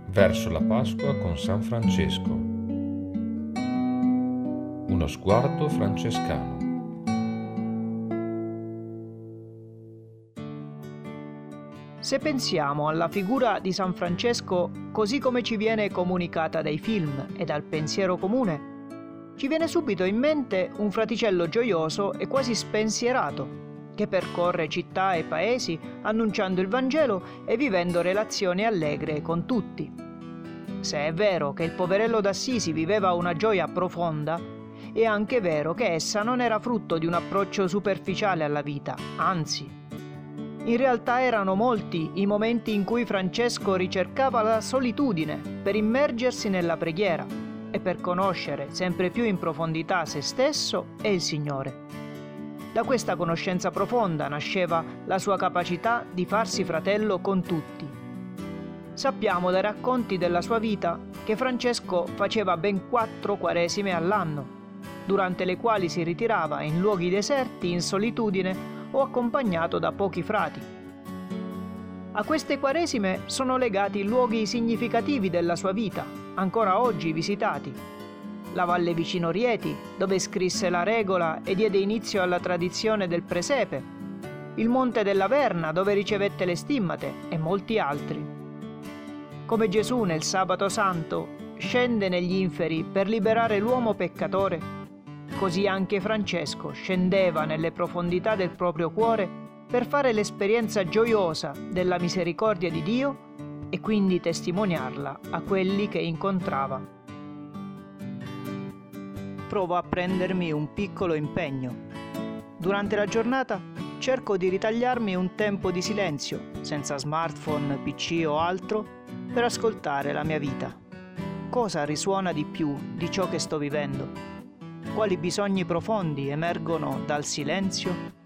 Verso la Pasqua con San Francesco. Uno sguardo francescano. Se pensiamo alla figura di San Francesco così come ci viene comunicata dai film e dal pensiero comune, ci viene subito in mente un fraticello gioioso e quasi spensierato, che percorre città e paesi annunciando il Vangelo e vivendo relazioni allegre con tutti. Se è vero che il poverello d'Assisi viveva una gioia profonda, è anche vero che essa non era frutto di un approccio superficiale alla vita, anzi. In realtà erano molti i momenti in cui Francesco ricercava la solitudine per immergersi nella preghiera e per conoscere sempre più in profondità se stesso e il Signore. Da questa conoscenza profonda nasceva la sua capacità di farsi fratello con tutti. Sappiamo dai racconti della sua vita che Francesco faceva ben 4 quaresime all'anno, durante le quali si ritirava in luoghi deserti in solitudine o accompagnato da pochi frati. A queste quaresime sono legati luoghi significativi della sua vita, ancora oggi visitati. La Valle vicino Rieti, dove scrisse la regola e diede inizio alla tradizione del presepe, il Monte della Verna, dove ricevette le stimmate, e molti altri. Come Gesù nel Sabato Santo scende negli inferi per liberare l'uomo peccatore, così anche Francesco scendeva nelle profondità del proprio cuore per fare l'esperienza gioiosa della misericordia di Dio e quindi testimoniarla a quelli che incontrava. Provo a prendermi un piccolo impegno. Durante la giornata cerco di ritagliarmi un tempo di silenzio, senza smartphone, PC o altro, per ascoltare la mia vita. Cosa risuona di più di ciò che sto vivendo? Quali bisogni profondi emergono dal silenzio?